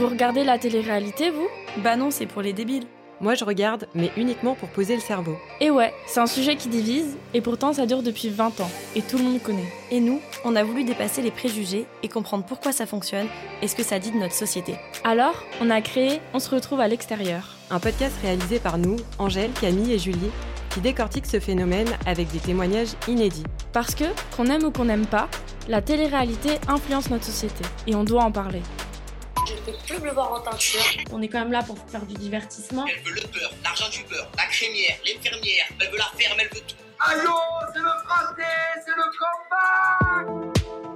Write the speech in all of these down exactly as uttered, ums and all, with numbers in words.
Vous regardez la télé-réalité, vous ? Bah non, c'est pour les débiles. Moi, je regarde, mais uniquement pour poser le cerveau. Et ouais, c'est un sujet qui divise, et pourtant ça dure depuis vingt ans, et tout le monde connaît. Et nous, on a voulu dépasser les préjugés et comprendre pourquoi ça fonctionne et ce que ça dit de notre société. Alors, on a créé On se retrouve à l'extérieur. Un podcast réalisé par nous, Angèle, Camille et Julie, qui décortique ce phénomène avec des témoignages inédits. Parce que, qu'on aime ou qu'on n'aime pas, la télé-réalité influence notre société, et on doit en parler. Je ne peux plus le voir en teinture. On est quand même là pour faire du divertissement. Elle veut le beurre, l'argent du beurre, la crémière, l'infirmière, elle veut la ferme, elle veut tout. Allô, c'est le français, c'est le combat.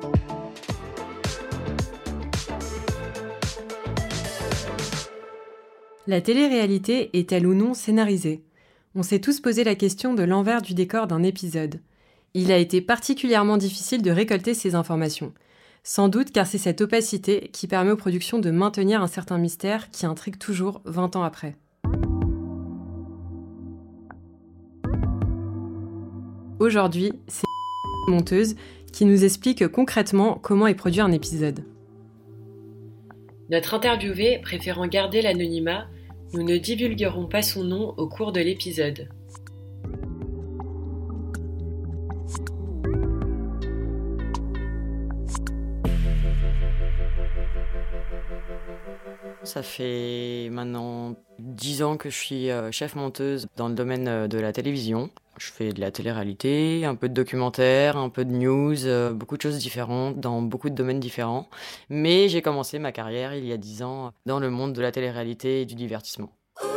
La télé-réalité est-elle ou non scénarisée ? On s'est tous posé la question de l'envers du décor d'un épisode. Il a été particulièrement difficile de récolter ces informations. Sans doute car c'est cette opacité qui permet aux productions de maintenir un certain mystère qui intrigue toujours vingt ans après. Aujourd'hui, c'est monteuse qui nous explique concrètement comment est produit un épisode. Notre interviewé préférant garder l'anonymat, nous ne divulguerons pas son nom au cours de l'épisode. Ça fait maintenant dix ans que je suis chef monteuse dans le domaine de la télévision. Je fais de la télé-réalité, un peu de documentaire, un peu de news, euh, beaucoup de choses différentes dans beaucoup de domaines différents. Mais j'ai commencé ma carrière il y a dix ans dans le monde de la télé-réalité et du divertissement.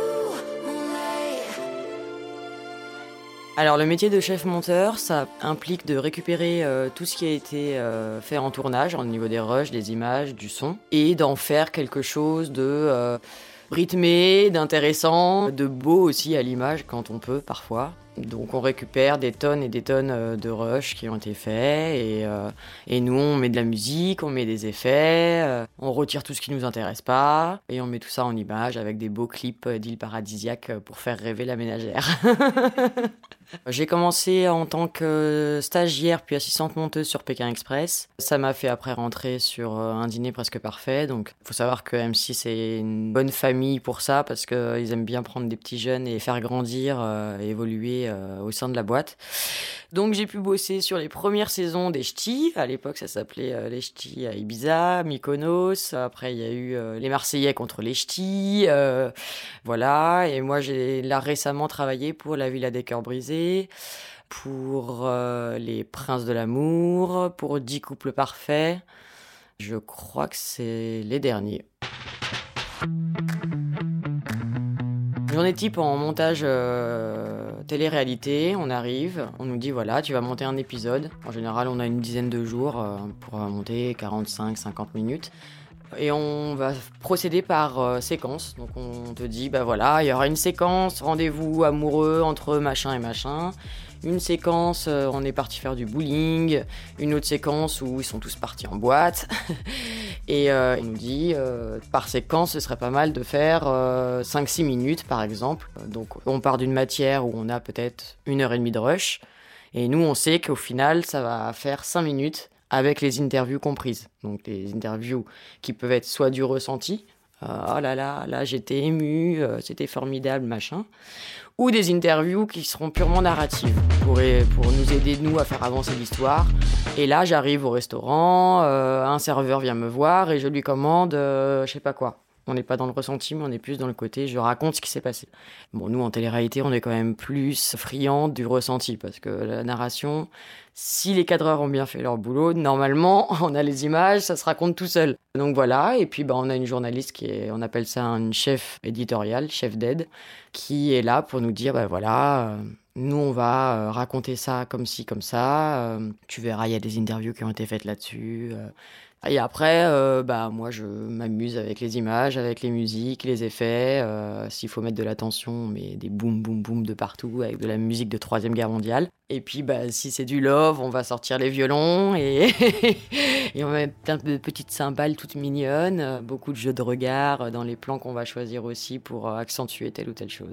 Alors le métier de chef monteur, ça implique de récupérer euh, tout ce qui a été euh, fait en tournage, au niveau des rushs, des images, du son, et d'en faire quelque chose de euh, rythmé, d'intéressant, de beau aussi à l'image quand on peut parfois. Donc on récupère des tonnes et des tonnes de rushs qui ont été faits et, euh, et nous on met de la musique, on met des effets, euh, on retire tout ce qui nous intéresse pas et on met tout ça en images avec des beaux clips d'îles paradisiaques pour faire rêver la ménagère. J'ai commencé en tant que stagiaire puis assistante monteuse sur Pékin Express. Ça m'a fait après rentrer sur Un dîner presque parfait. Donc il faut savoir que M six c'est une bonne famille pour ça parce qu'ils aiment bien prendre des petits jeunes et faire grandir euh, et évoluer euh, au sein de la boîte. Donc j'ai pu bosser sur les premières saisons des Ch'tis. À l'époque ça s'appelait euh, les Ch'tis à Ibiza, Mykonos. Après il y a eu euh, les Marseillais contre les Ch'tis. Euh, voilà. Et moi j'ai là récemment travaillé pour La Villa des Cœurs Brisés, pour euh, les Princes de l'amour, pour dix couples parfaits. Je crois que c'est les derniers. Journée type en montage euh, télé-réalité, on arrive, on nous dit voilà, tu vas monter un épisode. En général, on a une dizaine de jours euh, pour monter quarante-cinq à cinquante minutes. Et on va procéder par euh, séquence. Donc on te dit, bah voilà, il y aura une séquence, rendez-vous amoureux entre machin et machin. Une séquence, euh, on est parti faire du bowling. Une autre séquence où ils sont tous partis en boîte. Et euh, il nous dit, euh, par séquence, ce serait pas mal de faire euh, cinq six minutes, par exemple. Donc on part d'une matière où on a peut-être une heure et demie de rush. Et nous, on sait qu'au final, ça va faire cinq minutes avec les interviews comprises. Donc des interviews qui peuvent être soit du ressenti, euh, oh là là, là j'étais émue, euh, c'était formidable, machin, ou des interviews qui seront purement narratives, pour, pour nous aider, nous, à faire avancer l'histoire. Et là, j'arrive au restaurant, euh, un serveur vient me voir et je lui commande, euh, je sais pas quoi. On n'est pas dans le ressenti, mais on est plus dans le côté je raconte ce qui s'est passé. Bon, nous, en télé-réalité, on est quand même plus friands du ressenti, parce que la narration, si les cadreurs ont bien fait leur boulot, normalement, on a les images, ça se raconte tout seul. Donc voilà, et puis bah, on a une journaliste qui est, on appelle ça une chef éditoriale, chef d'aide, qui est là pour nous dire, bah voilà, euh, nous, on va euh, raconter ça comme ci, comme ça. Euh, tu verras, il y a des interviews qui ont été faites là-dessus. Euh, Et après, euh, bah, moi, je m'amuse avec les images, avec les musiques, les effets. Euh, s'il faut mettre de la tension, on met des boum, boum, boum de partout, avec de la musique de Troisième Guerre mondiale. Et puis, bah, si c'est du love, on va sortir les violons et, et on va mettre plein de petites cymbales toutes mignonnes. Beaucoup de jeux de regard dans les plans qu'on va choisir aussi pour accentuer telle ou telle chose.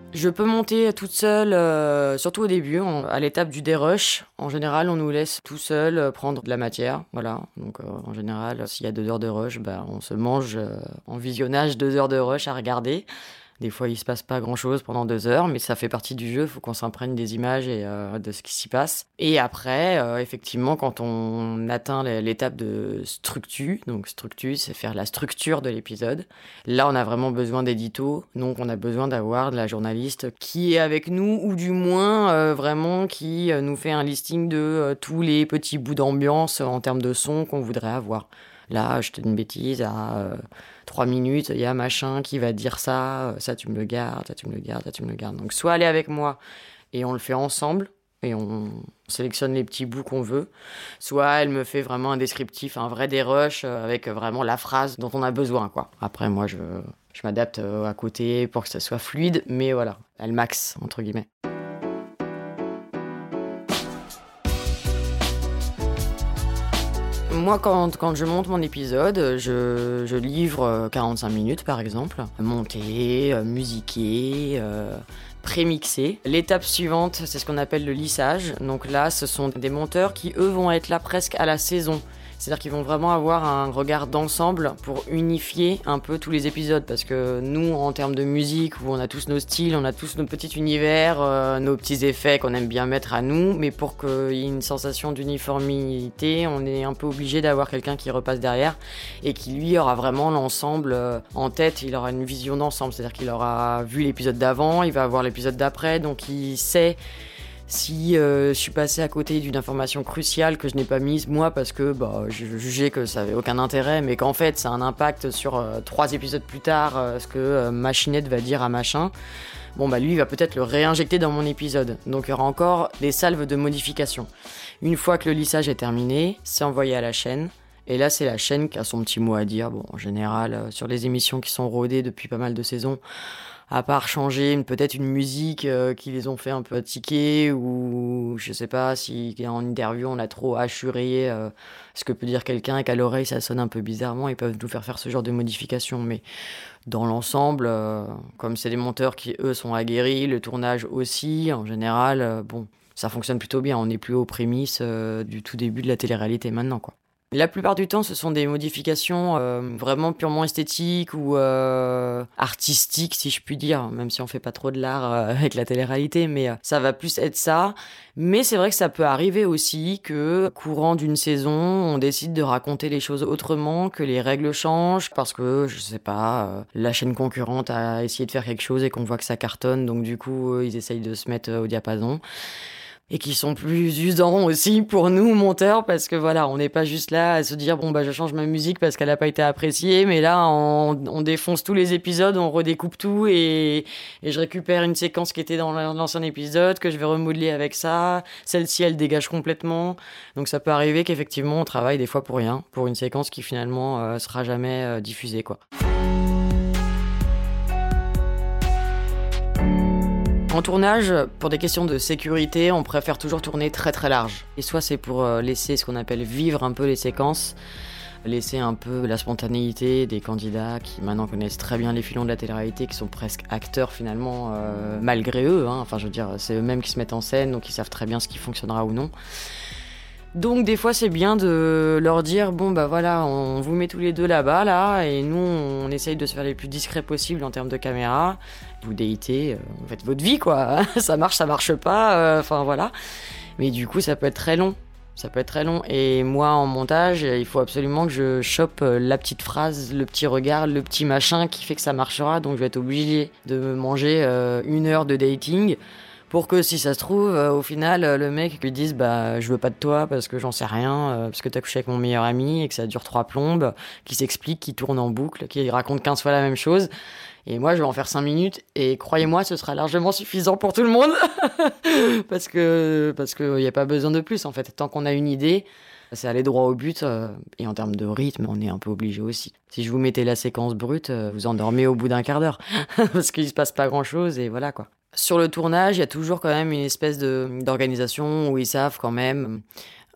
Je peux monter toute seule, euh, surtout au début, on, à l'étape du dérush. En général, on nous laisse tout seul euh, prendre de la matière. Voilà. Donc, euh, en général, s'il y a deux heures de rush, bah, on se mange euh, en visionnage deux heures de rush à regarder. Des fois, il se passe pas grand-chose pendant deux heures, mais ça fait partie du jeu. Il faut qu'on s'imprègne des images et euh, de ce qui s'y passe. Et après, euh, effectivement, quand on atteint l'étape de structure, donc structure, c'est faire la structure de l'épisode. Là, on a vraiment besoin d'édito. Donc, on a besoin d'avoir de la journaliste qui est avec nous, ou du moins, euh, vraiment, qui euh, nous fait un listing de euh, tous les petits bouts d'ambiance euh, en termes de son qu'on voudrait avoir. Là, je te dis une bêtise, à euh, trois minutes, il y a machin qui va dire ça, ça tu me le gardes, ça tu me le gardes, ça tu me le gardes. Donc soit aller avec moi et on le fait ensemble, et on sélectionne les petits bouts qu'on veut, soit elle me fait vraiment un descriptif, un vrai dérush, avec vraiment la phrase dont on a besoin, quoi. Après, moi, je, je m'adapte à côté pour que ça soit fluide, mais voilà, elle max, entre guillemets. Moi, quand, quand je monte mon épisode, je, je livre quarante-cinq minutes, par exemple. Monté, euh, musiqué, euh, pré-mixé. L'étape suivante, c'est ce qu'on appelle le lissage. Donc là, ce sont des monteurs qui, eux, vont être là presque à la saison. C'est-à-dire qu'ils vont vraiment avoir un regard d'ensemble pour unifier un peu tous les épisodes. Parce que nous, en termes de musique, où on a tous nos styles, on a tous nos petits univers, euh, nos petits effets qu'on aime bien mettre à nous. Mais pour qu'il y ait une sensation d'uniformité, on est un peu obligé d'avoir quelqu'un qui repasse derrière et qui, lui, aura vraiment l'ensemble en tête. Il aura une vision d'ensemble. C'est-à-dire qu'il aura vu l'épisode d'avant, il va avoir l'épisode d'après. Donc il sait... Si euh, je suis passée à côté d'une information cruciale que je n'ai pas mise, moi, parce que bah, je jugeais que ça avait aucun intérêt, mais qu'en fait, ça a un impact sur euh, trois épisodes plus tard, euh, ce que euh, Machinette va dire à machin, bon, bah lui, il va peut-être le réinjecter dans mon épisode. Donc, il y aura encore des salves de modifications. Une fois que le lissage est terminé, c'est envoyé à la chaîne. Et là, c'est la chaîne qui a son petit mot à dire. Bon, en général, euh, sur les émissions qui sont rodées depuis pas mal de saisons, à part changer une, peut-être une musique euh, qui les ont fait un peu tiquer, ou je sais pas si en interview on a trop assuré euh, ce que peut dire quelqu'un et qu'à l'oreille ça sonne un peu bizarrement, ils peuvent nous faire faire ce genre de modifications. Mais dans l'ensemble, euh, comme c'est des monteurs qui eux sont aguerris, le tournage aussi, en général, euh, bon, ça fonctionne plutôt bien. On n'est plus aux prémices euh, du tout début de la télé-réalité maintenant, quoi. La plupart du temps, ce sont des modifications euh, vraiment purement esthétiques ou euh, artistiques, si je puis dire, même si on fait pas trop de l'art euh, avec la télé-réalité, mais euh, ça va plus être ça. Mais c'est vrai que ça peut arriver aussi que, courant d'une saison, on décide de raconter les choses autrement, que les règles changent, parce que, je sais pas, euh, la chaîne concurrente a essayé de faire quelque chose et qu'on voit que ça cartonne, donc du coup, euh, ils essayent de se mettre au diapason. Et qui sont plus usants aussi pour nous, monteurs, parce que voilà, on n'est pas juste là à se dire, bon, bah, je change ma musique parce qu'elle n'a pas été appréciée, mais là, on, on défonce tous les épisodes, on redécoupe tout, et, et je récupère une séquence qui était dans l'ancien épisode, que je vais remodeler avec ça, celle-ci, elle dégage complètement. Donc ça peut arriver qu'effectivement, on travaille des fois pour rien, pour une séquence qui finalement euh, sera jamais euh, diffusée, quoi. En tournage, pour des questions de sécurité, on préfère toujours tourner très très large. Et soit c'est pour laisser ce qu'on appelle vivre un peu les séquences, laisser un peu la spontanéité des candidats qui maintenant connaissent très bien les filons de la télé-réalité, qui sont presque acteurs finalement, euh, malgré eux, hein. Enfin je veux dire, c'est eux-mêmes qui se mettent en scène, donc ils savent très bien ce qui fonctionnera ou non. Donc des fois c'est bien de leur dire, bon bah voilà, on vous met tous les deux là-bas, là, et nous on essaye de se faire les plus discrets possible en termes de caméra. Vous déitez, euh, vous faites votre vie, quoi. Ça marche, ça marche pas, enfin euh, voilà. Mais du coup ça peut être très long, ça peut être très long. Et moi en montage, il faut absolument que je chope la petite phrase, le petit regard, le petit machin qui fait que ça marchera. Donc je vais être obligée de me manger euh, une heure de dating, pour que si ça se trouve, euh, au final, euh, le mec lui dise bah je veux pas de toi parce que j'en sais rien, euh, parce que t'as couché avec mon meilleur ami et que ça dure trois plombes, qui s'explique, qui tourne en boucle, qui raconte quinze fois la même chose. Et moi, je vais en faire cinq minutes et croyez-moi, ce sera largement suffisant pour tout le monde parce que parce que y a pas besoin de plus en fait. Tant qu'on a une idée, c'est aller droit au but, euh, et en termes de rythme, on est un peu obligé aussi. Si je vous mettais la séquence brute, euh, vous endormez au bout d'un quart d'heure parce qu'il se passe pas grand-chose et voilà, quoi. Sur le tournage, il y a toujours quand même une espèce de, d'organisation où ils savent quand même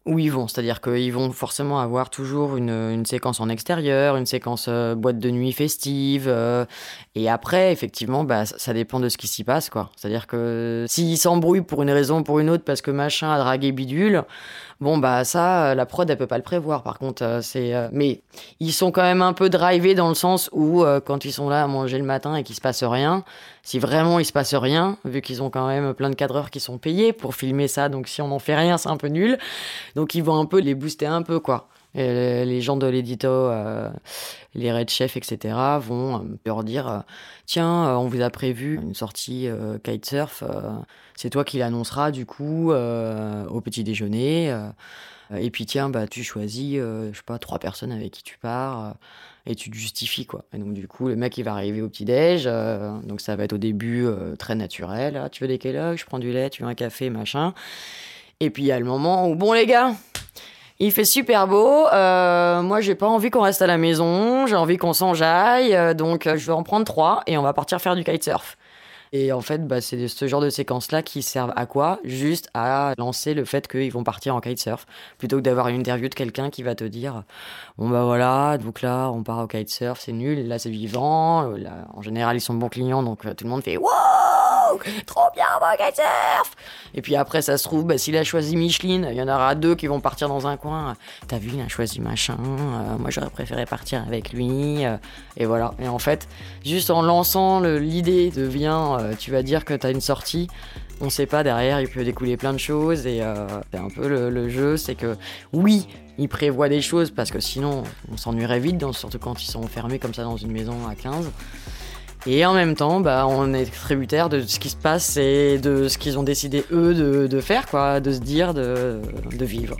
où ils vont. C'est-à-dire qu'ils vont forcément avoir toujours une, une séquence en extérieur, une séquence euh, boîte de nuit festive. Euh, et après, effectivement, bah, ça, ça dépend de ce qui s'y passe, quoi. C'est-à-dire que s'ils s'embrouillent pour une raison ou pour une autre parce que machin a dragué bidule, bon, bah ça, la prod, elle peut pas le prévoir. Par contre, euh, c'est... Euh, mais ils sont quand même un peu drivés dans le sens où, euh, quand ils sont là à manger le matin et qu'il se passe rien, si vraiment il se passe rien, vu qu'ils ont quand même plein de cadreurs qui sont payés pour filmer ça, donc si on n'en fait rien, c'est un peu nul. Donc ils vont un peu les booster un peu, quoi. Et les gens de l'édito, euh, les Red Chefs, et cetera, vont euh, leur dire euh, tiens, euh, on vous a prévu une sortie euh, kitesurf, euh, c'est toi qui l'annonceras du coup euh, au petit déjeuner. Euh, et puis tiens, bah, tu choisis, euh, je sais pas, trois personnes avec qui tu pars. Euh, et tu te justifies, quoi. Et donc, du coup, le mec, il va arriver au petit-déj. Euh, donc, ça va être au début euh, très naturel. Ah, tu veux des Kellogg, je prends du lait, tu veux un café, machin. Et puis, il y a le moment où, bon, les gars, il fait super beau. Euh, moi, j'ai pas envie qu'on reste à la maison. J'ai envie qu'on s'enjaille. Euh, donc, euh, je vais en prendre trois et on va partir faire du kitesurf. Et en fait, bah, c'est ce genre de séquences-là qui servent à quoi ? Juste à lancer le fait qu'ils vont partir en kitesurf, plutôt que d'avoir une interview de quelqu'un qui va te dire « Bon bah voilà, donc là, on part au kitesurf, c'est nul, là c'est vivant. » Là, en général, ils sont bons clients, donc tout le monde fait « Wow !» Trop bien, on va au kitesurf. Et puis après, ça se trouve, bah, s'il a choisi Micheline, il y en aura deux qui vont partir dans un coin. T'as vu, il a choisi machin. Euh, moi, j'aurais préféré partir avec lui. Euh, et voilà. Et en fait, juste en lançant le, l'idée de viens, euh, tu vas dire que t'as une sortie. On sait pas, derrière, il peut découler plein de choses. Et euh, c'est un peu le, le jeu, c'est que oui, ils prévoient des choses parce que sinon, on s'ennuierait vite, dans, surtout quand ils sont enfermés comme ça dans une maison à quinze. Et en même temps, bah, on est tributaire de ce qui se passe et de ce qu'ils ont décidé, eux, de, de faire, quoi, de se dire, de, de vivre.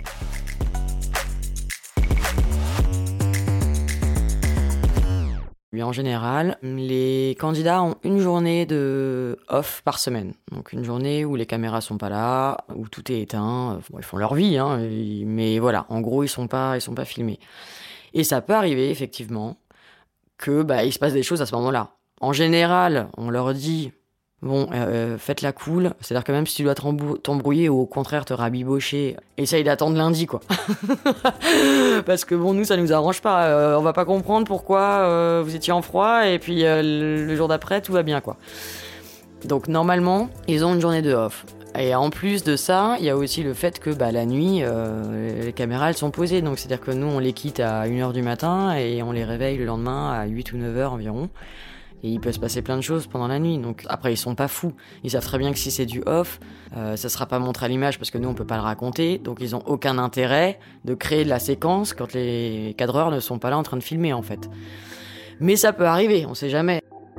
Mais en général, les candidats ont une journée de off par semaine. Donc une journée où les caméras sont pas là, où tout est éteint. Bon, ils font leur vie, hein, mais voilà, en gros, ils sont pas, ils sont pas filmés. Et ça peut arriver, effectivement, que bah, il se passe des choses à ce moment-là. En général, on leur dit bon, euh, faites-la cool. C'est-à-dire que même si tu dois t'embrouiller ou au contraire te rabibocher, essaye d'attendre lundi, quoi. Parce que bon, nous, ça nous arrange pas. Euh, on va pas comprendre pourquoi euh, vous étiez en froid et puis euh, le jour d'après, tout va bien, quoi. Donc normalement, ils ont une journée de off. Et en plus de ça, il y a aussi le fait que bah, la nuit, euh, les caméras, elles sont posées. Donc c'est-à-dire que nous, on les quitte à une heure du matin et on les réveille le lendemain à huit ou neuf heures environ. Et il peut se passer plein de choses pendant la nuit. Donc après, ils sont pas fous. Ils savent très bien que si c'est du off, euh, ça sera pas montré à l'image parce que nous, on peut pas le raconter. Donc ils ont aucun intérêt de créer de la séquence quand les cadreurs ne sont pas là en train de filmer, en fait. Mais ça peut arriver, on sait jamais.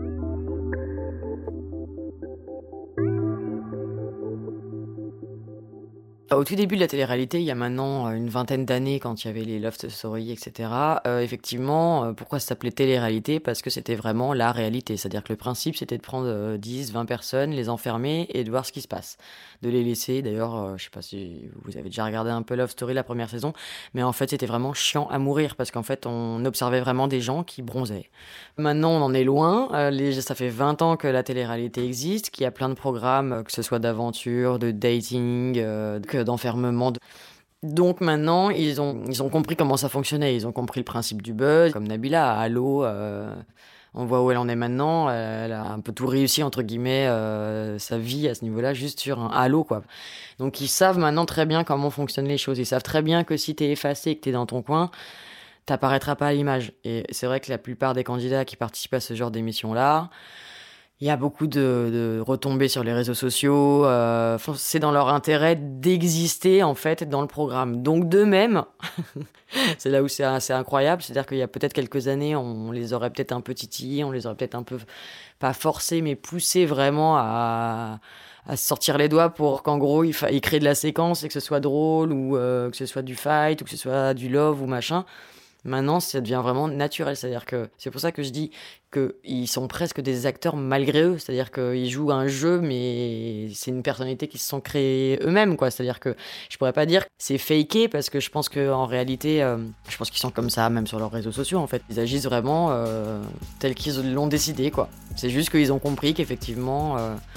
Au tout début de la télé-réalité, il y a maintenant une vingtaine d'années, quand il y avait les Love Story, et cetera, euh, effectivement, euh, pourquoi ça s'appelait télé-réalité ? Parce que c'était vraiment la réalité. C'est-à-dire que le principe, c'était de prendre euh, dix, vingt personnes, les enfermer et de voir ce qui se passe. De les laisser, d'ailleurs, euh, je sais pas si vous avez déjà regardé un peu Love Story la première saison, mais en fait, c'était vraiment chiant à mourir parce qu'en fait, on observait vraiment des gens qui bronzaient. Maintenant, on en est loin. Euh, les, ça fait vingt ans que la télé-réalité existe, qu'il y a plein de programmes, que ce soit d'aventure, de dating, euh, que d'enfermement. Donc maintenant, ils ont, ils ont compris comment ça fonctionnait. Ils ont compris le principe du buzz. Comme Nabila à Allo, euh, on voit où elle en est maintenant. Elle a un peu tout réussi, entre guillemets, euh, sa vie à ce niveau-là, juste sur un Allo, quoi. Donc ils savent maintenant très bien comment fonctionnent les choses. Ils savent très bien que si t'es effacé et que t'es dans ton coin, t'apparaîtras pas à l'image. Et c'est vrai que la plupart des candidats qui participent à ce genre d'émission-là, il y a beaucoup de, de retombées sur les réseaux sociaux. Euh, c'est dans leur intérêt d'exister, en fait, dans le programme. Donc, d'eux-mêmes, c'est là où c'est assez incroyable. C'est-à-dire qu'il y a peut-être quelques années, on les aurait peut-être un peu titillés, on les aurait peut-être un peu, pas forcés, mais poussés vraiment à, à se sortir les doigts pour qu'en gros, ils, fa- ils créent de la séquence et que ce soit drôle, ou euh, que ce soit du fight, ou que ce soit du love, ou machin. Maintenant, ça devient vraiment naturel. C'est-à-dire que c'est pour ça que je dis qu'ils sont presque des acteurs malgré eux. C'est-à-dire qu'ils jouent un jeu, mais c'est une personnalité qu'ils se sont créés eux-mêmes, quoi. C'est-à-dire que je pourrais pas dire que c'est faké parce que je pense qu'en réalité, euh, je pense qu'ils sont comme ça, même sur leurs réseaux sociaux, en fait. Ils agissent vraiment euh, tels qu'ils l'ont décidé, quoi. C'est juste qu'ils ont compris qu'effectivement, euh,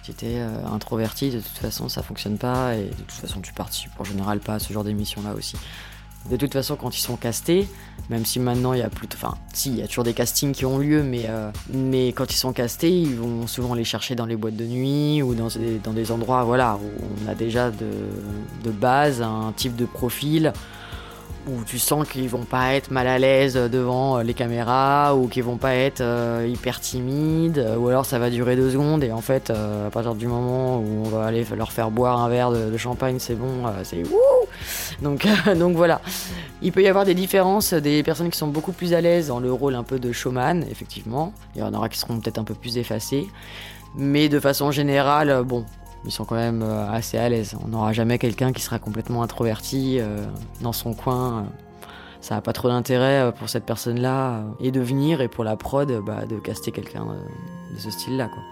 Si t'es euh, introverti, de toute façon, ça fonctionne pas, et de toute façon, tu participes en général pas à ce genre d'émission-là aussi. De toute façon, quand ils sont castés, même si maintenant il y a plus, enfin, si, il y a toujours des castings qui ont lieu, mais euh, mais quand ils sont castés, ils vont souvent les chercher dans les boîtes de nuit ou dans des dans des endroits, voilà, où on a déjà de de base un type de profil où tu sens qu'ils vont pas être mal à l'aise devant les caméras ou qu'ils vont pas être euh, hyper timides, ou alors ça va durer deux secondes et en fait euh, à partir du moment où on va aller leur faire boire un verre de, de champagne, c'est bon, euh, c'est wouh. Donc euh, donc voilà, il peut y avoir des différences, des personnes qui sont beaucoup plus à l'aise dans le rôle un peu de showman, effectivement, il y en aura qui seront peut-être un peu plus effacés, mais de façon générale, bon, ils sont quand même assez à l'aise. On n'aura jamais quelqu'un qui sera complètement introverti euh, dans son coin. Ça n'a pas trop d'intérêt pour cette personne-là euh, et de venir, et pour la prod, bah, de caster quelqu'un de, de ce style-là, quoi.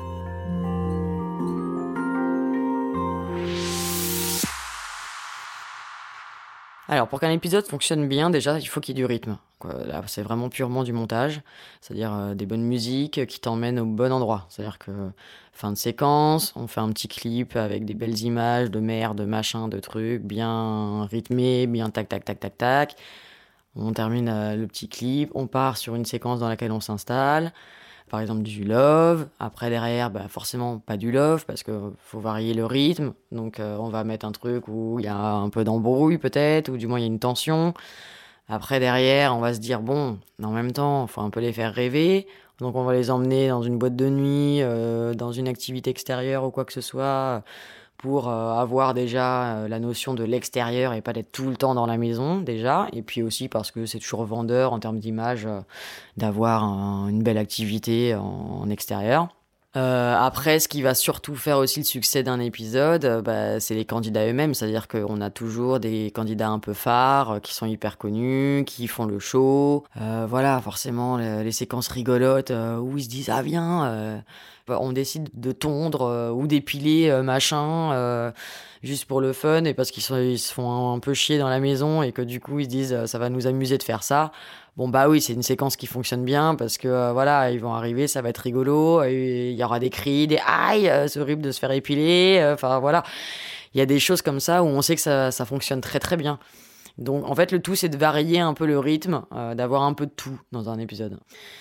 Alors, pour qu'un épisode fonctionne bien, déjà, il faut qu'il y ait du rythme. Là, c'est vraiment purement du montage, c'est-à-dire euh, des bonnes musiques qui t'emmènent au bon endroit. C'est-à-dire que fin de séquence, on fait un petit clip avec des belles images de mer, de machin, de trucs, bien rythmé, bien tac, tac, tac, tac, tac. On termine euh, le petit clip, on part sur une séquence dans laquelle on s'installe. Par exemple du love, après derrière, bah forcément pas du love parce qu'il faut varier le rythme, donc euh, on va mettre un truc où il y a un peu d'embrouille peut-être, ou du moins il y a une tension. Après derrière, on va se dire bon, en même temps, il faut un peu les faire rêver, donc on va les emmener dans une boîte de nuit, euh, dans une activité extérieure ou quoi que ce soit, pour euh, avoir déjà euh, la notion de l'extérieur et pas d'être tout le temps dans la maison déjà, et puis aussi parce que c'est toujours vendeur en termes d'image euh, d'avoir un, une belle activité en, en extérieur. Euh, après, ce qui va surtout faire aussi le succès d'un épisode, euh, bah, c'est les candidats eux-mêmes, c'est-à-dire qu'on a toujours des candidats un peu phares, euh, qui sont hyper connus, qui font le show. Euh, voilà, forcément, les, les séquences rigolotes euh, où ils se disent « Ah, viens euh, !» On décide de tondre euh, ou d'épiler euh, machin, euh, juste pour le fun, et parce qu'ils sont, ils se font un, un peu chier dans la maison, et que du coup, ils se disent euh, « Ça va nous amuser de faire ça !» Bon bah oui, c'est une séquence qui fonctionne bien parce que euh, voilà, ils vont arriver, ça va être rigolo, il y aura des cris, des aïe, euh, c'est horrible de se faire épiler, enfin euh, voilà. Il y a des choses comme ça où on sait que ça, ça fonctionne très très bien. Donc en fait, le tout c'est de varier un peu le rythme, euh, d'avoir un peu de tout dans un épisode.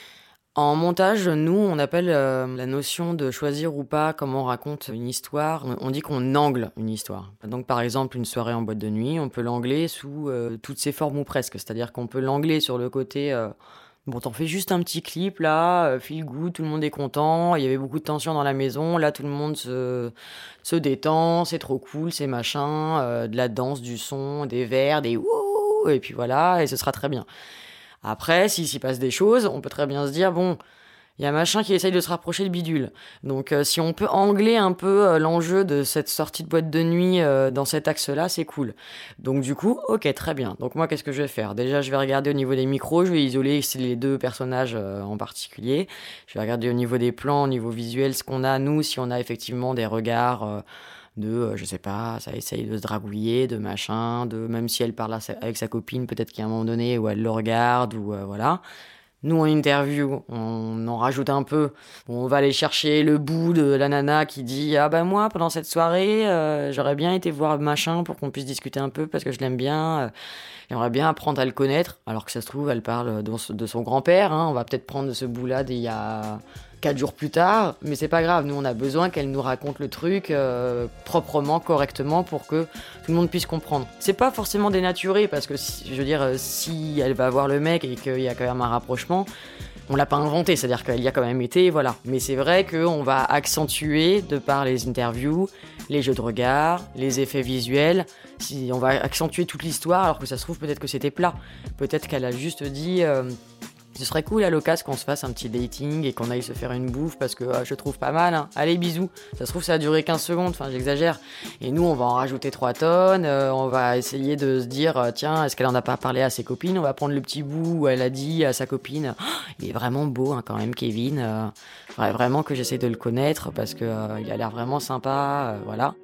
En montage, nous, on appelle euh, la notion de choisir ou pas comment on raconte une histoire. On, on dit qu'on angle une histoire. Donc, par exemple, une soirée en boîte de nuit, on peut l'angler sous euh, toutes ses formes ou presque. C'est-à-dire qu'on peut l'angler sur le côté euh, bon, t'en fais juste un petit clip là, euh, feel good, tout le monde est content. Il y avait beaucoup de tension dans la maison. Là, tout le monde se, se détend, c'est trop cool, c'est machin, euh, de la danse, du son, des verres, des ouh, et puis voilà, et ce sera très bien. Après, s'il s'y passe des choses, on peut très bien se dire, bon, il y a machin qui essaye de se rapprocher de bidule. Donc, euh, si on peut angler un peu euh, l'enjeu de cette sortie de boîte de nuit euh, dans cet axe-là, c'est cool. Donc, du coup, ok, très bien. Donc, moi, qu'est-ce que je vais faire ? Déjà, je vais regarder au niveau des micros, je vais isoler les deux personnages euh, en particulier. Je vais regarder au niveau des plans, au niveau visuel, ce qu'on a, nous, si on a effectivement des regards... Euh, de, euh, je sais pas, ça essaye de se dragouiller, de machin, de même si elle parle avec sa copine, peut-être qu'il y a un moment donné où elle le regarde, ou euh, voilà. Nous, en interview, on en rajoute un peu. On va aller chercher le bout de la nana qui dit « Ah ben moi, pendant cette soirée, euh, j'aurais bien été voir machin pour qu'on puisse discuter un peu parce que je l'aime bien. Euh, j'aimerais bien apprendre à le connaître. » Alors que ça se trouve, elle parle de, de son grand-père. Hein. On va peut-être prendre ce bout-là d'il y a quatre jours plus tard. Mais c'est pas grave. Nous, on a besoin qu'elle nous raconte le truc euh, proprement, correctement pour que tout le monde puisse comprendre. C'est pas forcément dénaturé parce que, si, je veux dire, si elle va voir le mec et qu'il y a quand même un rapprochement, on l'a pas inventé, c'est-à-dire qu'elle y a quand même été, voilà. Mais c'est vrai qu'on va accentuer, de par les interviews, les jeux de regard, les effets visuels, si on va accentuer toute l'histoire, alors que ça se trouve peut-être que c'était plat. Peut-être qu'elle a juste dit... Euh, ce serait cool à l'occasion qu'on se fasse un petit dating et qu'on aille se faire une bouffe parce que euh, je trouve pas mal. Hein. Allez, bisous. Ça se trouve, ça a duré quinze secondes, enfin j'exagère. Et nous, on va en rajouter trois tonnes. Euh, on va essayer de se dire, euh, tiens, est-ce qu'elle en a pas parlé à ses copines ? On va prendre le petit bout où elle a dit à sa copine, oh, il est vraiment beau hein, quand même, Kevin. Euh, faudrait vraiment que j'essaie de le connaître parce que euh, il a l'air vraiment sympa. Euh, voilà.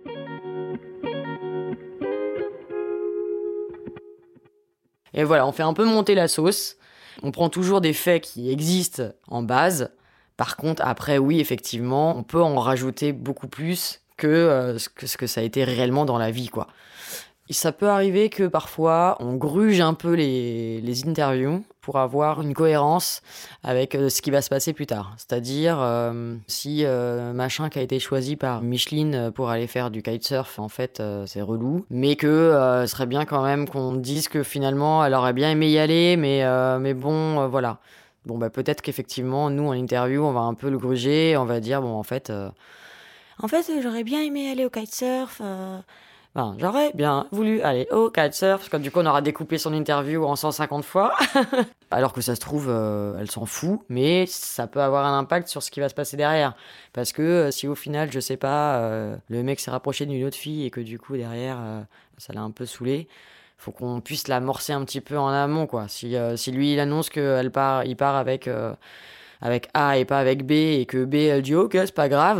Et voilà, on fait un peu monter la sauce. On prend toujours des faits qui existent en base, Par contre, après, oui, effectivement, on peut en rajouter beaucoup plus que, euh, ce, que ce que ça a été réellement dans la vie, quoi. Et ça peut arriver que parfois, on gruge un peu les, les interviews pour avoir une cohérence avec euh, ce qui va se passer plus tard. C'est-à-dire, euh, si euh, machin qui a été choisi par Micheline pour aller faire du kitesurf, en fait, euh, c'est relou, mais que euh, ce serait bien quand même qu'on dise que finalement, elle aurait bien aimé y aller, mais, euh, mais bon, euh, voilà. Bon, bah, peut-être qu'effectivement, nous, en interview, on va un peu le gruger, on va dire, bon, en fait, euh, en fait, j'aurais bien aimé aller au kitesurf, euh, Enfin, j'aurais bien voulu aller au kitesurf, parce que du coup, on aura découpé son interview en cent cinquante fois. Alors que ça se trouve, euh, elle s'en fout, mais ça peut avoir un impact sur ce qui va se passer derrière. Parce que euh, si au final, je sais pas, euh, le mec s'est rapproché d'une autre fille et que du coup, derrière, euh, ça l'a un peu saoulé, faut qu'on puisse l'amorcer un petit peu en amont, quoi. Si, euh, si lui, il annonce qu'il part, il part avec... Euh, avec A et pas avec B, et que B, elle dit « Ok, c'est pas grave »,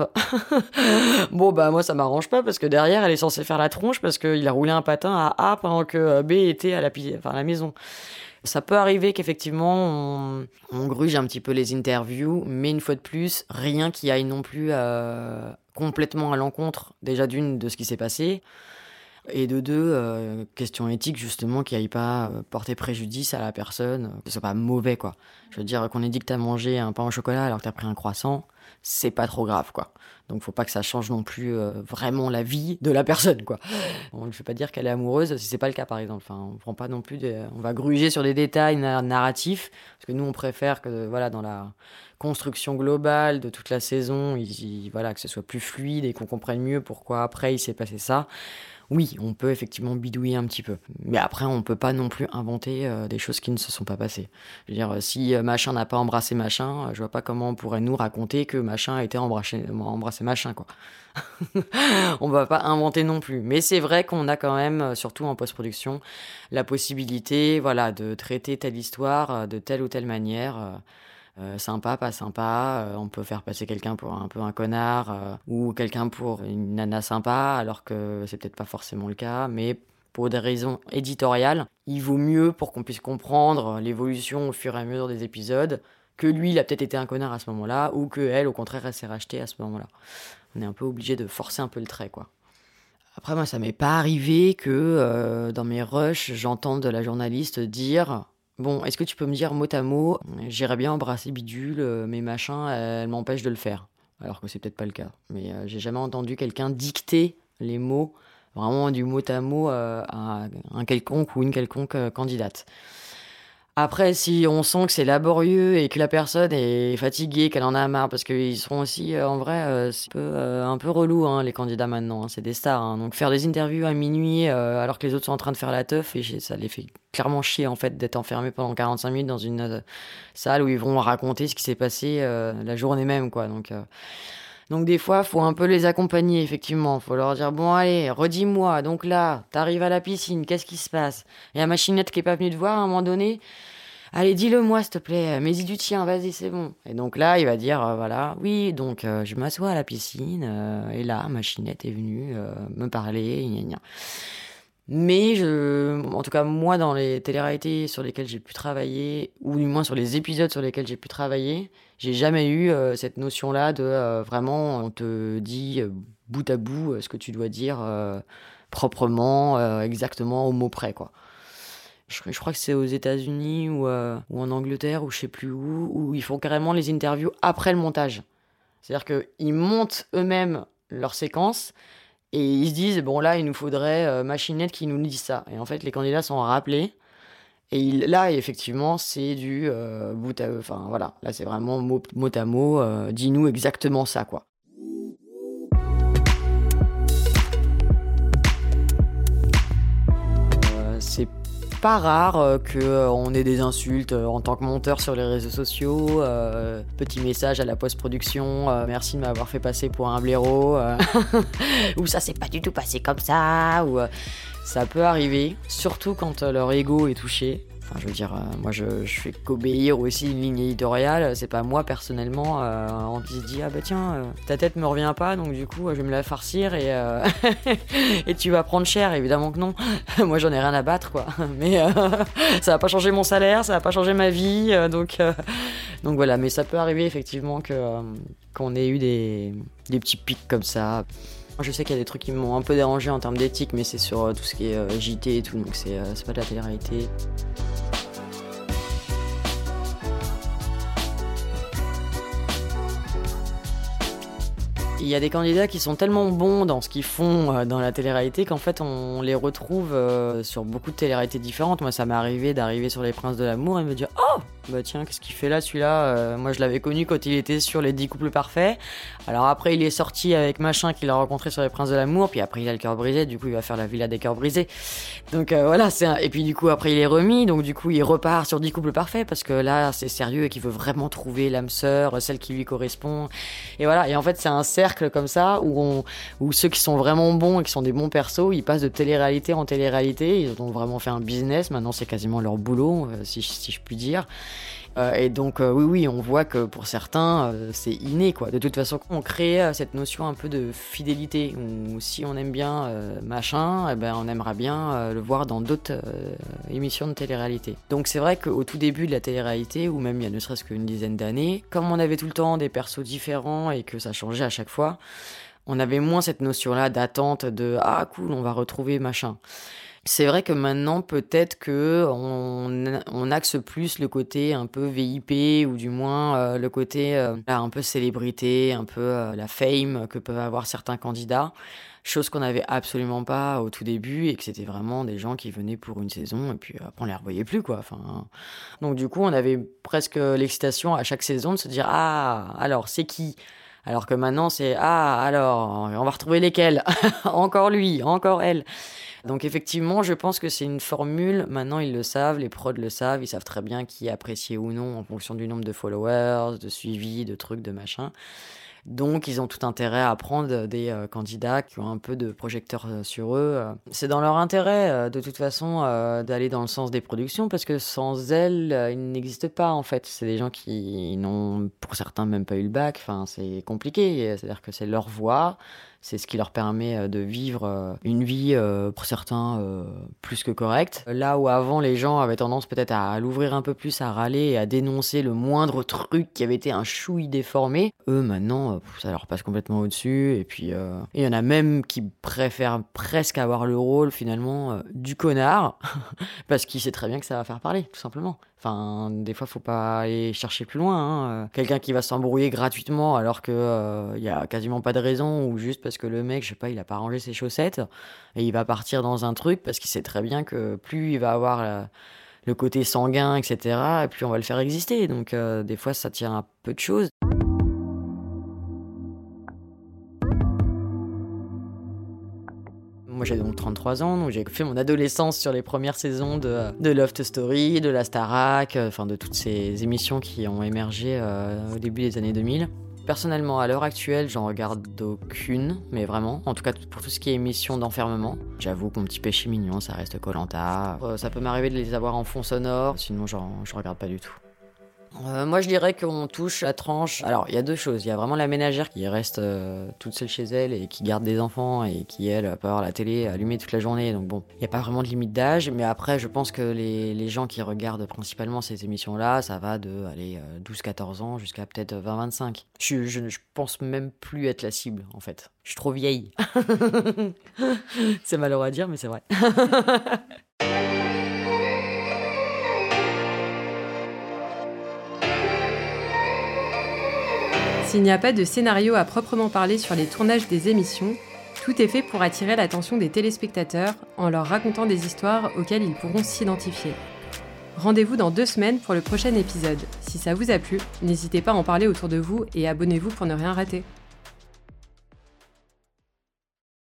bon, bah moi, ça m'arrange pas, parce que derrière, elle est censée faire la tronche, parce qu'il a roulé un patin à A pendant que B était à la, enfin, à la maison. Ça peut arriver qu'effectivement, on, on gruge un petit peu les interviews, mais une fois de plus, rien qui aille non plus euh, complètement à l'encontre, déjà d'une, de ce qui s'est passé, et de deux, euh, question éthique justement, qui n'aille pas euh, porter préjudice à la personne, euh, que ce soit pas mauvais, quoi. Je veux dire, qu'on ait dit que t'as mangé un pain au chocolat alors que t'as pris un croissant, c'est pas trop grave, quoi. Donc faut pas que ça change non plus euh, vraiment la vie de la personne, quoi. Bon, je vais pas dire qu'elle est amoureuse si c'est pas le cas, par exemple. Enfin, on prend pas non plus des... on va gruger sur des détails na- narratifs, parce que nous on préfère que, voilà, dans la construction globale de toute la saison, il, il, voilà, que ce soit plus fluide et qu'on comprenne mieux pourquoi après il s'est passé ça. Oui, on peut effectivement bidouiller un petit peu. Mais après, on peut pas non plus inventer euh, des choses qui ne se sont pas passées. Je veux dire, si euh, machin n'a pas embrassé machin, euh, je vois pas comment on pourrait nous raconter que machin a été embrassé, embrassé machin, quoi. On va pas inventer non plus. Mais c'est vrai qu'on a quand même, surtout en post-production, la possibilité, voilà, de traiter telle histoire euh, de telle ou telle manière. Euh, Euh, sympa, pas sympa, euh, on peut faire passer quelqu'un pour un peu un connard euh, ou quelqu'un pour une nana sympa, alors que c'est peut-être pas forcément le cas, mais pour des raisons éditoriales, il vaut mieux, pour qu'on puisse comprendre l'évolution au fur et à mesure des épisodes, que lui, il a peut-être été un connard à ce moment-là, ou que elle, au contraire, elle s'est rachetée à ce moment-là. On est un peu obligé de forcer un peu le trait, quoi. Après, moi, ça m'est pas arrivé que euh, dans mes rushs, j'entende la journaliste dire... Bon, est-ce que tu peux me dire mot à mot, j'irais bien embrasser Bidule, mais machin, elle m'empêche de le faire. Alors que c'est peut-être pas le cas. Mais euh, j'ai jamais entendu quelqu'un dicter les mots, vraiment du mot à mot, euh, à un quelconque ou une quelconque euh, candidate. Après, si on sent que c'est laborieux et que la personne est fatiguée, qu'elle en a marre, parce qu'ils seront aussi, euh, en vrai, euh, c'est un peu, euh, un peu relou, hein, les candidats maintenant, hein, c'est des stars. Hein. Donc faire des interviews à minuit euh, alors que les autres sont en train de faire la teuf, et ça les fait clairement chier en fait d'être enfermés pendant quarante-cinq minutes dans une euh, salle où ils vont raconter ce qui s'est passé euh, la journée même, quoi. Donc... Euh... Donc des fois, faut un peu les accompagner, effectivement. Faut leur dire, bon allez, redis-moi, donc là, t'arrives à la piscine, qu'est-ce qui se passe ? Il y a Machinette qui est pas venue te voir à un moment donné. Allez, dis-le-moi, s'il te plaît, mais dis du tien, vas-y, c'est bon. Et donc là, il va dire, euh, voilà, oui, donc euh, je m'assois à la piscine, euh, et là, Machinette est venue euh, me parler, gna gna. Mais, je, en tout cas, moi, dans les téléréalités sur lesquelles j'ai pu travailler, ou du moins sur les épisodes sur lesquels j'ai pu travailler, j'ai jamais eu euh, cette notion-là de euh, vraiment, on te dit euh, bout à bout euh, ce que tu dois dire euh, proprement, euh, exactement au mot près, quoi. Je, je crois que c'est aux États-Unis ou, euh, ou en Angleterre, ou je sais plus où, où ils font carrément les interviews après le montage. C'est-à-dire qu'ils montent eux-mêmes leurs séquences, et ils se disent, bon là, il nous faudrait euh, Machinette qui nous dise ça. Et en fait, les candidats sont rappelés. Et il, là, effectivement, c'est du euh, bout à... Enfin, voilà. Là, c'est vraiment mot, mot à mot. Euh, dis-nous exactement ça, quoi. Euh, c'est pas rare euh, qu'on ait des insultes euh, en tant que monteur sur les réseaux sociaux, euh, petit message à la post-production, euh, merci de m'avoir fait passer pour un blaireau, euh, ou ça s'est pas du tout passé comme ça, ou euh, ça peut arriver, surtout quand euh, leur ego est touché. Enfin, je veux dire, euh, moi je, je fais qu'obéir aussi une ligne éditoriale, c'est pas moi personnellement euh, en qui se dit ah bah tiens, euh, ta tête me revient pas, donc du coup je vais me la farcir et, euh, et tu vas prendre cher, évidemment que non. Moi j'en ai rien à battre, quoi. Mais euh, ça va pas changer mon salaire, ça va pas changer ma vie, euh, donc euh, Donc voilà, mais ça peut arriver effectivement que, euh, qu'on ait eu des, des petits pics comme ça. Je sais qu'il y a des trucs qui m'ont un peu dérangé en termes d'éthique, mais c'est sur euh, tout ce qui est euh, J T et tout, donc c'est, euh, c'est pas de la télé-réalité. Il y a des candidats qui sont tellement bons dans ce qu'ils font euh, dans la télé-réalité qu'en fait on les retrouve euh, sur beaucoup de télé-réalités différentes. Moi ça m'est arrivé d'arriver sur Les Princes de l'amour et me dire « Oh, bah tiens, qu'est-ce qu'il fait là celui-là euh, Moi je l'avais connu quand il était sur Les dix couples parfaits. Alors après il est sorti avec machin qu'il a rencontré sur Les Princes de l'amour, puis après il a le cœur brisé, du coup il va faire la villa des cœurs brisés. Donc euh, voilà, c'est un... et puis du coup après il est remis, donc du coup il repart sur dix couples parfaits parce que là c'est sérieux et qu'il veut vraiment trouver l'âme sœur, celle qui lui correspond. Et voilà, et en fait c'est un cercle comme ça où, on, où ceux qui sont vraiment bons et qui sont des bons persos, ils passent de télé-réalité en télé-réalité, ils ont vraiment fait un business, maintenant c'est quasiment leur boulot, euh, si, si je puis dire. Euh, et donc euh, oui oui on voit que pour certains euh, c'est inné quoi. De toute façon on crée euh, cette notion un peu de fidélité où si on aime bien euh, machin, eh ben, on aimera bien euh, le voir dans d'autres euh, émissions de télé-réalité. Donc c'est vrai qu'au tout début de la télé-réalité, ou même il y a ne serait-ce qu'une dizaine d'années, comme on avait tout le temps des persos différents et que ça changeait à chaque fois, on avait moins cette notion là d'attente de ah cool on va retrouver machin. C'est vrai que maintenant, peut-être que on, on axe plus le côté un peu V I P, ou du moins euh, le côté euh, un peu célébrité, un peu euh, la fame que peuvent avoir certains candidats. Chose qu'on n'avait absolument pas au tout début, et que c'était vraiment des gens qui venaient pour une saison, et puis après on les revoyait plus, quoi. Enfin, donc du coup, on avait presque l'excitation à chaque saison de se dire « Ah, alors, c'est qui ?» Alors que maintenant, c'est « Ah, alors, on va retrouver lesquels ?» Encore lui, encore elle. Donc effectivement, je pense que c'est une formule, maintenant ils le savent, les prods le savent, ils savent très bien qui est apprécié ou non en fonction du nombre de followers, de suivi, de trucs, de machin. Donc ils ont tout intérêt à prendre des euh, candidats qui ont un peu de projecteur euh, sur eux. C'est dans leur intérêt, euh, de toute façon, euh, d'aller dans le sens des productions, parce que sans elles, euh, ils n'existent pas en fait. C'est des gens qui n'ont, pour certains, même pas eu le bac, enfin c'est compliqué, c'est-à-dire que c'est leur voix. C'est ce qui leur permet de vivre une vie, euh, pour certains, euh, plus que correcte. Là où avant, les gens avaient tendance peut-être à l'ouvrir un peu plus, à râler et à dénoncer le moindre truc qui avait été un chouï déformé, eux, maintenant, euh, ça leur passe complètement au-dessus. Et puis, euh, il y en a même qui préfèrent presque avoir le rôle, finalement, euh, du connard, parce qu'ils savent très bien que ça va faire parler, tout simplement. Enfin, des fois, faut pas aller chercher plus loin. Hein. Quelqu'un qui va s'embrouiller gratuitement alors que euh, y a quasiment pas de raison, ou juste parce que le mec, je sais pas, il a pas rangé ses chaussettes et il va partir dans un truc parce qu'il sait très bien que plus il va avoir la, le côté sanguin, et cetera, et plus on va le faire exister. Donc, euh, des fois, ça tient à peu de choses. Moi j'ai donc trente-trois ans, donc j'ai fait mon adolescence sur les premières saisons de, de Love Story, de la Starac, enfin de toutes ces émissions qui ont émergé euh, au début des années deux mille. Personnellement, à l'heure actuelle, j'en regarde aucune, mais vraiment, en tout cas pour tout ce qui est émissions d'enfermement. J'avoue que mon petit péché mignon, ça reste Koh-Lanta. Euh, ça peut m'arriver de les avoir en fond sonore, sinon j'en, je regarde pas du tout. Euh, moi je dirais qu'on touche la tranche. Alors il y a deux choses, il y a vraiment la ménagère qui reste euh, toute seule chez elle et qui garde des enfants et qui elle peut avoir la télé allumée toute la journée, donc bon, il n'y a pas vraiment de limite d'âge. Mais après je pense que les, les gens qui regardent principalement ces émissions là, ça va de allez, euh, douze quatorze ans jusqu'à peut-être vingt vingt-cinq. Je, je, je pense même plus être la cible en fait, je suis trop vieille. C'est malheureux à dire mais c'est vrai. S'il n'y a pas de scénario à proprement parler sur les tournages des émissions, tout est fait pour attirer l'attention des téléspectateurs en leur racontant des histoires auxquelles ils pourront s'identifier. Rendez-vous dans deux semaines pour le prochain épisode. Si ça vous a plu, n'hésitez pas à en parler autour de vous et abonnez-vous pour ne rien rater.